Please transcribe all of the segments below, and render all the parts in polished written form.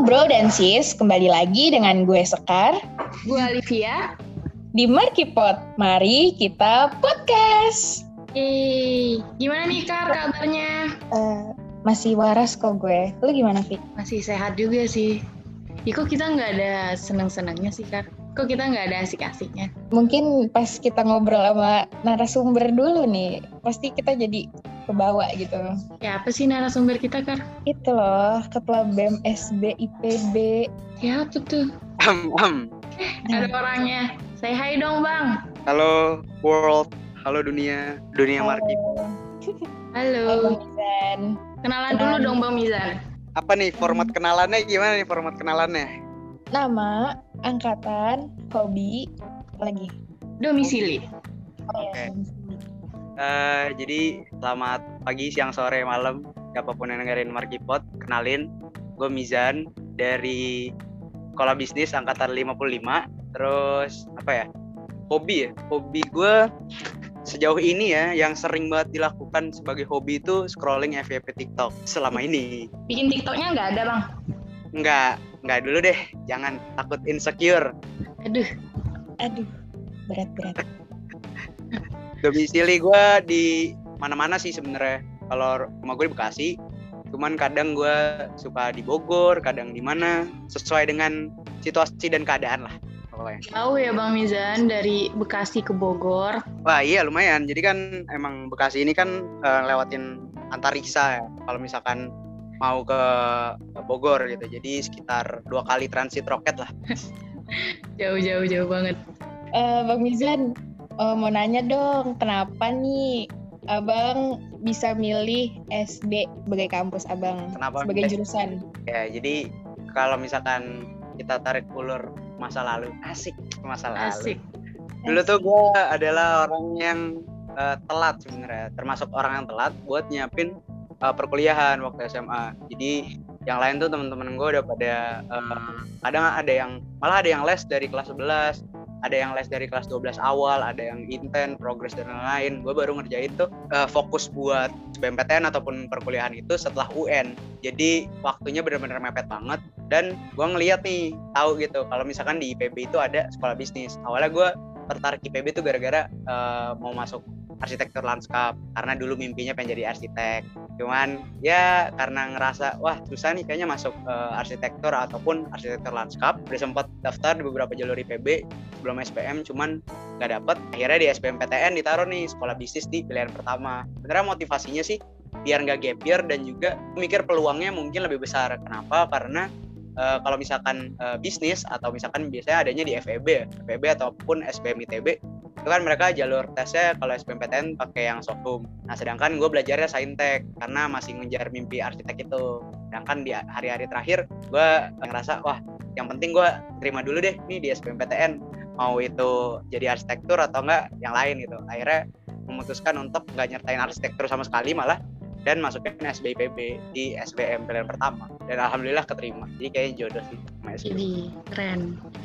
Bro dan Sis, kembali lagi dengan gue Sekar, gue Olivia, di Markipot. Mari kita podcast. Gimana nih Kar kabarnya? Masih waras kok gue. Lu gimana, Fik? Masih sehat juga sih. Kok kita nggak ada seneng-senengnya sih Kar? Kok kita nggak ada asik-asiknya? Mungkin pas kita ngobrol sama narasumber dulu nih, pasti kita jadi kebawa gitu. Ya apa sih narasumber kita Kar? Itu loh, Ketua BEM SB IPB. Siapa tuh? Ada orangnya. Say hi dong Bang. Halo world, halo dunia Markipot. Halo. Bang Mizan. Kenalan dulu dong Bang Mizan. Apa nih format kenalannya, gimana nih format kenalannya? Nama, angkatan, hobi, lagi. Domisili. Oke. Jadi selamat pagi, siang, sore, malam, siapapun yang dengerin Markipot, kenalin, gue Mizan dari Sekolah Bisnis Angkatan 55. Terus apa ya? Hobi gue sejauh ini ya, yang sering banget dilakukan sebagai hobi itu scrolling FYP TikTok selama ini. Bikin TikToknya nggak ada Bang? Nggak dulu deh, jangan, takut insecure. Aduh, berat. Domisili gue di mana-mana sih sebenarnya. Kalau rumah gue di Bekasi, cuman kadang gue suka di Bogor, kadang di mana, sesuai dengan situasi dan keadaan lah pokoknya. Jauh ya Bang Mizan dari Bekasi ke Bogor. Wah iya lumayan. Jadi kan emang Bekasi ini kan lewatin antariksa ya. Kalau misalkan mau ke Bogor gitu. Jadi sekitar 2 kali transit roket lah. Jauh banget. Bang Mizan, mau nanya dong, kenapa nih Abang bisa milih SB sebagai kampus Abang? Kenapa? Sebagai jurusan? Ya, jadi kalau misalkan kita tarik ulur masa lalu, asik. Dulu tuh gue adalah orang yang telat sebenarnya, termasuk orang yang telat buat nyiapin perkuliahan waktu SMA. Jadi yang lain tuh teman-teman gue udah pada kadang ada yang les dari kelas 11, ada yang les dari kelas 12 awal, ada yang inten, progres dan lain-lain. Gue baru ngerjain tuh fokus buat SBMPTN ataupun perkuliahan itu setelah UN. Jadi waktunya benar-benar mepet banget. Dan gue ngeliat nih, tahu gitu kalau misalkan di IPB itu ada sekolah bisnis. Awalnya gue tertarik IPB tuh gara-gara mau masuk arsitektur lanskap, karena dulu mimpinya pengen jadi arsitek. Cuman ya karena ngerasa wah susah nih kayaknya masuk arsitektur ataupun arsitektur lanskap. Udah sempat daftar di beberapa jalur IPB sebelum SBM, cuman nggak dapet. Akhirnya di SBMPTN ditaruh nih sekolah bisnis di pilihan pertama. Sebenarnya motivasinya sih biar nggak gap year dan juga mikir peluangnya mungkin lebih besar. Kenapa? Karena kalau misalkan bisnis atau misalkan biasanya adanya di FEB ataupun SBM ITB, itu kan mereka jalur tesnya kalau SBMPTN pakai yang Sohum. Nah sedangkan gue belajarnya Saintek karena masih ngejar mimpi arsitek itu. Sedangkan di hari-hari terakhir gue ngerasa wah yang penting gue terima dulu deh nih di SBMPTN, mau itu jadi arsitektur atau enggak yang lain gitu. Akhirnya memutuskan untuk nggak nyertain arsitektur sama sekali, malah dan masukin SBIPB di SBM pilihan pertama, dan alhamdulillah keterima. Jadi kayaknya jodoh sih sama SBM. Jadi keren.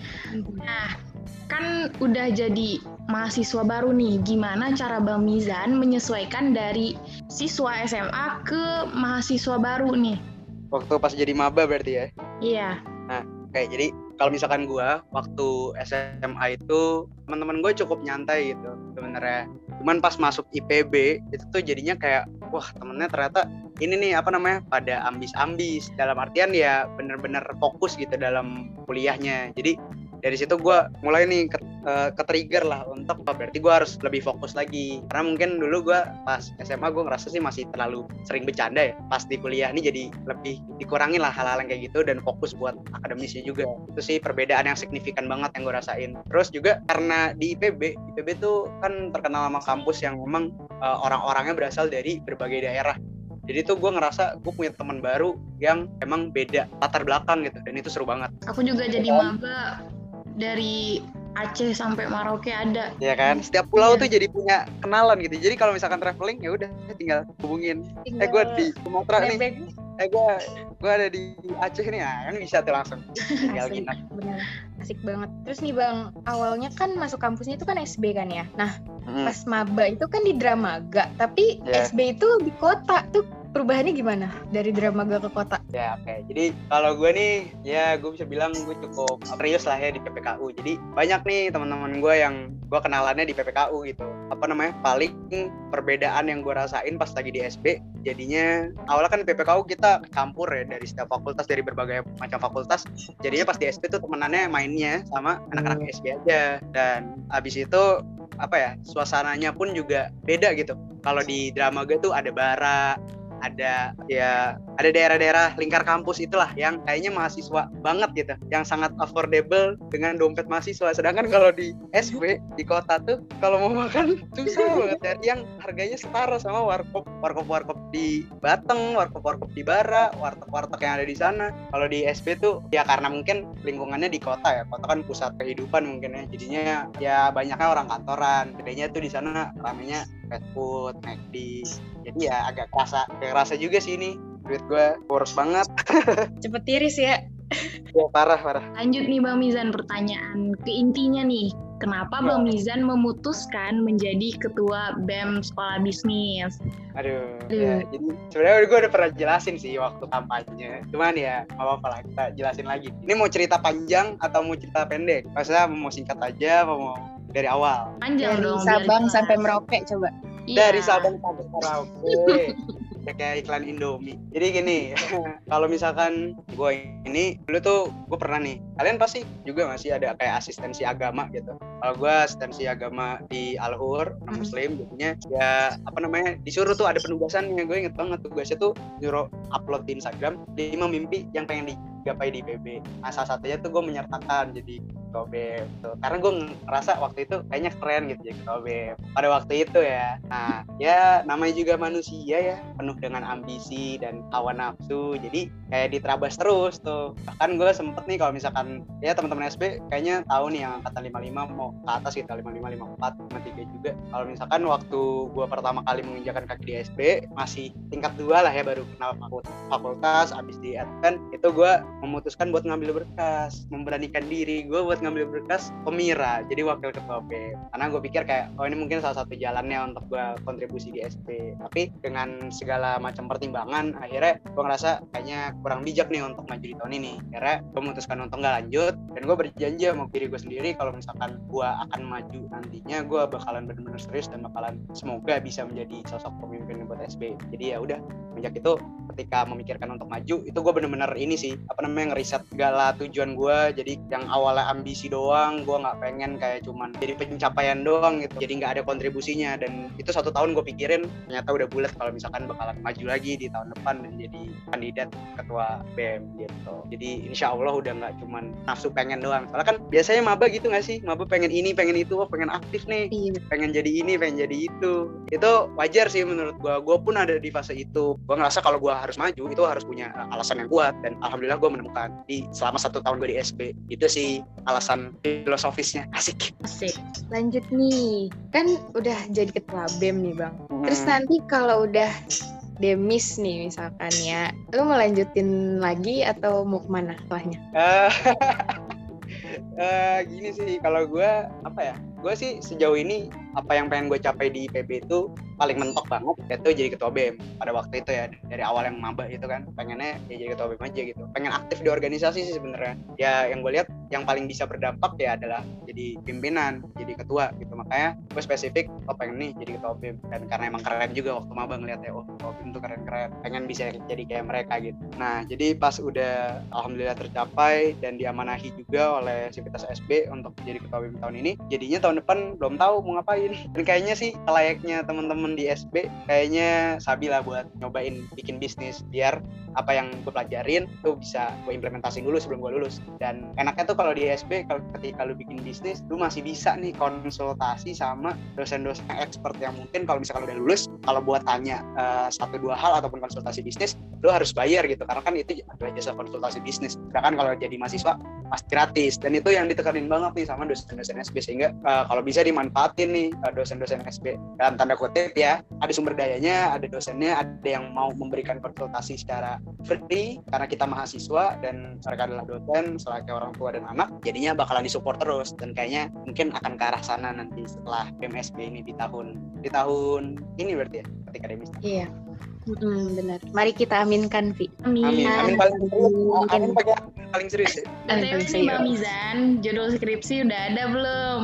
Nah kan udah jadi mahasiswa baru nih, gimana cara Bang Mizan menyesuaikan dari siswa SMA ke mahasiswa baru nih? Waktu pas jadi maba berarti ya? Iya. Nah kayak jadi kalau misalkan gue waktu SMA itu teman-teman gue cukup nyantai gitu sebenarnya. Cuman pas masuk IPB itu tuh jadinya kayak wah temennya ternyata ini nih pada ambis-ambis, dalam artian ya bener-bener fokus gitu dalam kuliahnya. Jadi dari situ gue mulai nih ke-trigger lah untuk berarti gue harus lebih fokus lagi. Karena mungkin dulu gue pas SMA gue ngerasa sih masih terlalu sering bercanda ya. Pas di kuliah ini jadi lebih dikurangin lah hal-hal yang kayak gitu dan fokus buat akademisnya juga. Itu sih perbedaan yang signifikan banget yang gue rasain. Terus juga karena di IPB tuh kan terkenal sama kampus yang memang orang-orangnya berasal dari berbagai daerah. Jadi tuh gue ngerasa gue punya teman baru yang emang beda latar belakang gitu, dan itu seru banget. Aku juga jadi maba dari Aceh sampai Merauke ada. Iya kan, setiap pulau tuh jadi punya kenalan gitu. Jadi kalau misalkan traveling ya udah tinggal hubungin. Gue di Sumatera nih. Gue ada di Aceh nih, kan bisa tuh langsung tinggal nginep. Bener, asik banget. Terus nih Bang, awalnya kan masuk kampusnya itu kan SB kan ya. Nah, pas maba itu kan di Dramaga, tapi SB itu di kota tuh perubahannya gimana dari Dramaga ke kota? Ya oke. Jadi kalau gue nih, ya gue bisa bilang gue cukup serius lah ya di PPKU. Jadi banyak nih teman-teman gue yang gue kenalannya di PPKU gitu. Paling perbedaan yang gue rasain pas lagi di SB, jadinya awalnya kan di PPKU kita campur ya dari setiap fakultas, dari berbagai macam fakultas. Jadinya pas di SB tuh temenannya mainnya sama anak-anak SB aja. Dan abis itu suasananya pun juga beda gitu. Kalau di Dramaga tuh ada bara, ada daerah-daerah lingkar kampus itulah yang kayaknya mahasiswa banget gitu, yang sangat affordable dengan dompet mahasiswa. Sedangkan kalau di SB di kota tuh kalau mau makan susah banget ya, yang harganya setara sama warkop di Bateng, warkop di Bara, warteg yang ada di sana. Kalau di SB tuh ya karena mungkin lingkungannya di kota ya, kota kan pusat kehidupan mungkin ya, jadinya ya banyaknya orang kantoran. Bedanya tuh di sana ramenya fast food, McD. Jadi ya agak kerasa juga sih ini duit gue boros banget. Cepet tiris ya. Ya parah. Lanjut nih Bang Mizan, pertanyaan ke intinya nih. Kenapa Bang Mizan memutuskan menjadi ketua BEM Sekolah Bisnis? Aduh. Ya, jadi sebenarnya gue udah pernah jelasin sih waktu kampanye. Cuman ya apa-apa lah, kita jelasin lagi. Ini mau cerita panjang atau mau cerita pendek? Maksudnya mau singkat aja atau mau dari awal? Panjang dari dong. Sabang sampai Merauke coba. Dari Sabang sampai Merauke. Kayak iklan Indomie. Jadi gini, kalau misalkan gue ini dulu tuh gue pernah nih, kalian pasti juga masih ada kayak asistensi agama gitu. Kalau gue asistensi agama di Al-Hur, Muslim, jadinya ya disuruh tuh ada penugasannya. Gue inget banget tugasnya tuh nyuruh upload di Instagram 5 mimpi yang pengen digapai di PB. Nah, salah satunya tuh gue menyertakan jadi ketua BEM tuh. Karena gue ngerasa waktu itu kayaknya keren gitu jadi ketua BEM pada waktu itu ya. Nah ya namanya juga manusia ya, penuh dengan ambisi dan hawa nafsu, jadi kayak diterabas terus tuh. Bahkan gue sempet nih, kalau misalkan ya teman-teman SB kayaknya tahu nih yang angkatan 55 mau ke atas gitu, 55, 54, 53 juga. Kalau misalkan waktu gue pertama kali menginjakan kaki di SB masih tingkat 2 lah ya, baru kenal fakultas, abis di advent itu gue memutuskan buat ngambil berkas, memberanikan diri gue buat ngambil berkas pemira, jadi wakil ketua BEM. Karena gue pikir kayak ini mungkin salah satu jalannya untuk gue kontribusi di SB. Tapi dengan segala macam pertimbangan, akhirnya gue ngerasa kayaknya kurang bijak nih untuk maju di tahun ini. Akhirnya gue memutuskan untuk nggak lanjut, dan gue berjanji sama diri gue sendiri kalau misalkan gue akan maju nantinya, gue bakalan benar-benar serius dan bakalan semoga bisa menjadi sosok pemimpin buat SB. Jadi ya udah, sejak itu ketika memikirkan untuk maju itu gue benar-benar ini sih ngeriset segala tujuan gue. Jadi yang awalnya ambisi doang, gue nggak pengen kayak cuman jadi pencapaian doang gitu, jadi nggak ada kontribusinya. Dan itu 1 tahun gue pikirin, ternyata udah bulat kalau misalkan bakalan maju lagi di tahun depan dan jadi kandidat ketua BEM gitu. Jadi insya Allah udah nggak cuman nafsu pengen doang. Soalnya kan biasanya maba gitu nggak sih, maba pengen ini pengen itu, pengen aktif nih, pengen jadi ini pengen jadi itu. Itu wajar sih menurut gue. Gue pun ada di fase itu. Gue ngerasa kalau gue harus maju itu harus punya alasan yang kuat, dan alhamdulillah gue menemukan di selama 1 tahun gue di SB. Itu sih alasan filosofisnya. Asik. Lanjut nih, kan udah jadi ketua BEM nih Bang. Terus nanti kalau udah demis nih misalkan ya, lu mau lanjutin lagi atau mau kemana setelahnya? Gini sih, kalau gue gue sih sejauh ini apa yang pengen gue capai di PB itu paling mentok banget, yaitu jadi ketua BEM. Pada waktu itu ya, dari awal yang maba itu kan pengennya ya jadi ketua BEM aja gitu, pengen aktif di organisasi sih sebenarnya. Ya yang gue lihat yang paling bisa berdampak ya adalah jadi pimpinan, jadi ketua gitu. Makanya gue spesifik pengen nih jadi ketua BEM, dan karena emang keren juga waktu maba ngeliatnya, ketua BEM tuh keren-keren, pengen bisa jadi kayak mereka gitu. Nah jadi pas udah alhamdulillah tercapai dan diamanahi juga oleh Sivitas SB untuk jadi ketua BEM tahun ini, jadinya tahun depan belum tahu mau ngapain. Dan kayaknya sih layaknya teman-teman di SB, kayaknya sabi lah buat nyobain bikin bisnis, biar apa yang gue pelajarin tuh bisa gue implementasiin dulu sebelum gue lulus. Dan enaknya tuh kalau di SB, ketika lu bikin bisnis, lu masih bisa nih konsultasi sama dosen-dosen expert yang mungkin kalau misalkan udah lulus, kalau buat tanya 1-2 hal ataupun konsultasi bisnis, lu harus bayar gitu, karena kan itu adalah jasa konsultasi bisnis. Sedangkan kalau jadi mahasiswa pasti gratis, dan itu yang ditekanin banget nih sama dosen-dosen SB. Sehingga kalau bisa dimanfaatin nih dosen-dosen SB, dalam tanda kutip ya, ada sumber dayanya, ada dosennya, ada yang mau memberikan konsultasi secara free karena kita mahasiswa dan mereka adalah dosen selaku orang tua dan anak, jadinya bakalan disupport terus. Dan kayaknya mungkin akan ke arah sana nanti setelah BEM SB ini di tahun ini berarti ya, ketika demis. Iya. Benar. Mari kita aminkan, Vi. Amin paling serius ya. BTW nih Bang Mizan, judul skripsi udah ada belum?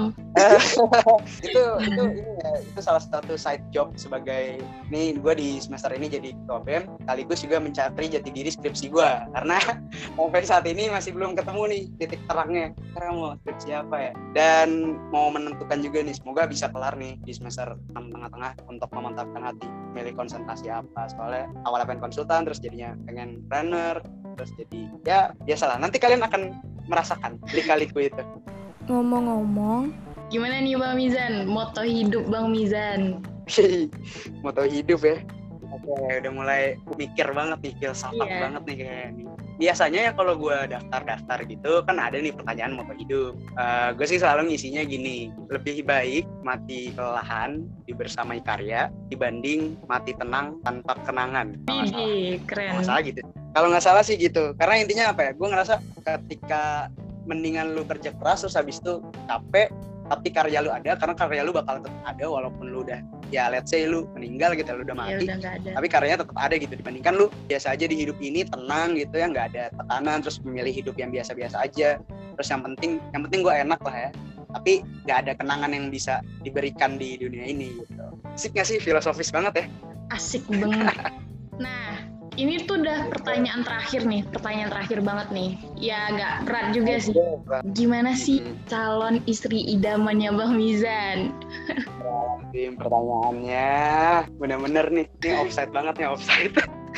itu salah satu side job sebagai nih gue di semester ini jadi ketua BEM, sekaligus juga mencari jati diri skripsi gue karena sampai saat ini masih belum ketemu nih titik terangnya karena mau skripsi apa ya, dan mau menentukan juga nih semoga bisa kelar nih di semester 6 tengah-tengah untuk memantapkan hati milih konsentrasi apa, soalnya awalnya pengen konsultan terus jadinya pengen runner terus jadi ya biasalah, nanti kalian akan merasakan lika-liku itu. Ngomong-ngomong, gimana nih Bang Mizan, moto hidup Bang Mizan? Moto hidup ya. Oke, udah mulai mikir banget nih, filsafat banget nih kayaknya. Biasanya ya kalau gue daftar gitu kan ada nih pertanyaan moto hidup. Gue sih selalu ngisinya gini, lebih baik mati kelelahan dibersamai karya dibanding mati tenang tanpa kenangan. Keren. Salah gitu. Kalau nggak salah sih gitu. Karena intinya apa ya? Gue ngerasa ketika mendingan lu kerja keras terus habis itu capek, tapi karya lu ada, karena karya lu bakal tetap ada walaupun lu udah ya let's say lu meninggal gitu, lu udah mati, tapi karyanya tetap ada gitu, dibandingkan lu biasa aja di hidup ini tenang gitu ya, nggak ada tekanan terus memilih hidup yang biasa-biasa aja, terus yang penting gue enak lah ya, tapi nggak ada kenangan yang bisa diberikan di dunia ini gitu. Asik nggak sih, filosofis banget ya? Asik banget. Nah, ini tuh udah pertanyaan terakhir banget nih. Ya agak berat juga sih. Gimana sih calon istri idamannya Bang Mizan? Pertanyaannya bener-bener nih, ini offside banget nih, offside.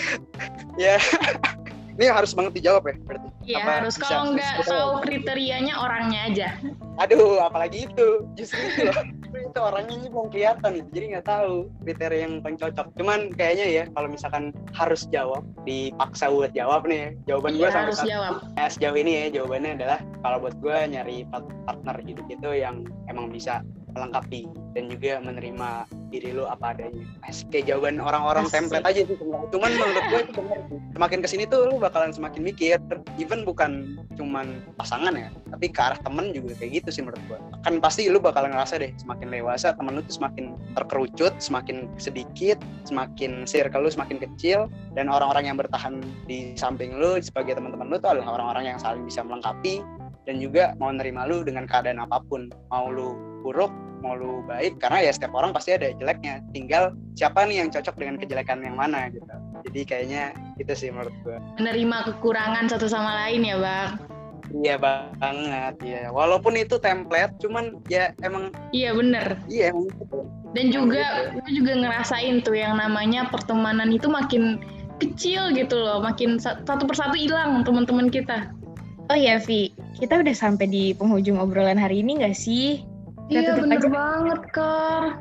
Ya, ini harus banget dijawab ya berarti? Iya harus, kalau nggak tahu kriterianya orangnya aja. Aduh, apalagi itu, justru itu loh. Itu orangnya ini belum kelihatan gitu, jadi nggak tahu kriteria yang paling cocok. Cuman kayaknya ya kalau misalkan harus jawab, dipaksa buat jawab nih, jawaban gue harus jawab. Sejauh ini ya jawabannya adalah kalau buat gue nyari partner hidup itu yang emang bisa melengkapi dan juga menerima diri lu apa adanya. Kayak jawaban orang-orang template aja sih sebenarnya. Cuman menurut gue itu benar. Semakin kesini tuh lu bakalan semakin mikir, even bukan cuman pasangan ya, tapi ke arah temen juga kayak gitu sih menurut gue. Kan pasti lu bakalan ngerasa deh, semakin dewasa temen lu tuh semakin terkerucut, semakin sedikit, semakin circle lu semakin kecil, dan orang-orang yang bertahan di samping lu sebagai teman-teman lu tuh adalah orang-orang yang saling bisa melengkapi dan juga mau nerima lu dengan keadaan apapun, mau lu buruk, mau lu baik, karena ya setiap orang pasti ada jeleknya, tinggal siapa nih yang cocok dengan kejelekan yang mana gitu. Jadi kayaknya itu sih menurut gue, menerima kekurangan satu sama lain ya Bang. Iya banget ya, walaupun itu template, cuman ya emang iya bener. Iya emang gitu. Dan juga gue juga ngerasain tuh yang namanya pertemanan itu makin kecil gitu loh, makin satu persatu hilang teman-teman kita. Oh ya Vi, kita udah sampai di penghujung obrolan hari ini nggak sih? Iya bener banget Kar.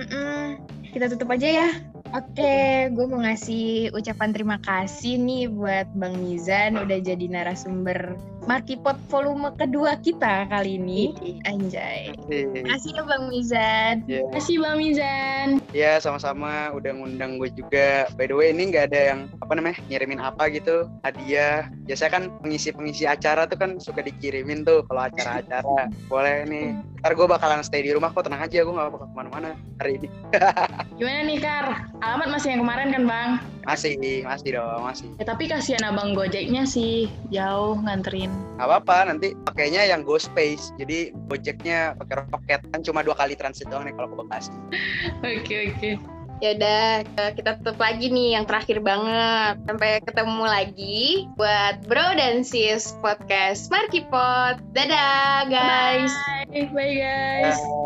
Kita tutup aja ya. Oke, gue mau ngasih ucapan terima kasih nih buat Bang Mizan udah jadi narasumber Markipod volume kedua kita kali ini. Anjay. Makasih ya Bang Mizan. Makasih Bang Mizan. Ya sama-sama, udah ngundang gue juga. By the way ini nggak ada yang ngirimin apa gitu, hadiah. Biasanya kan pengisi acara tuh kan suka dikirimin tuh kalau acara-acara. Boleh nih. Ntar gue bakalan stay di rumah kok, tenang aja, gue gak bakal kemana-mana hari ini. Gimana nih Kar? Alamat masih yang kemarin kan Bang? Masih dong, masih. Ya, tapi kasihan abang Gojeknya sih, jauh nganterin. Gak apa-apa, nanti pakainya yang Go Space. Jadi Gojeknya pakai roket, kan cuma 2 kali transit doang nih kalau ke Bekasi. Oke. Yaudah, kita tutup lagi nih yang terakhir banget. Sampai ketemu lagi buat Bro dan Sis Podcast Markipod. Dadah guys. Bye guys.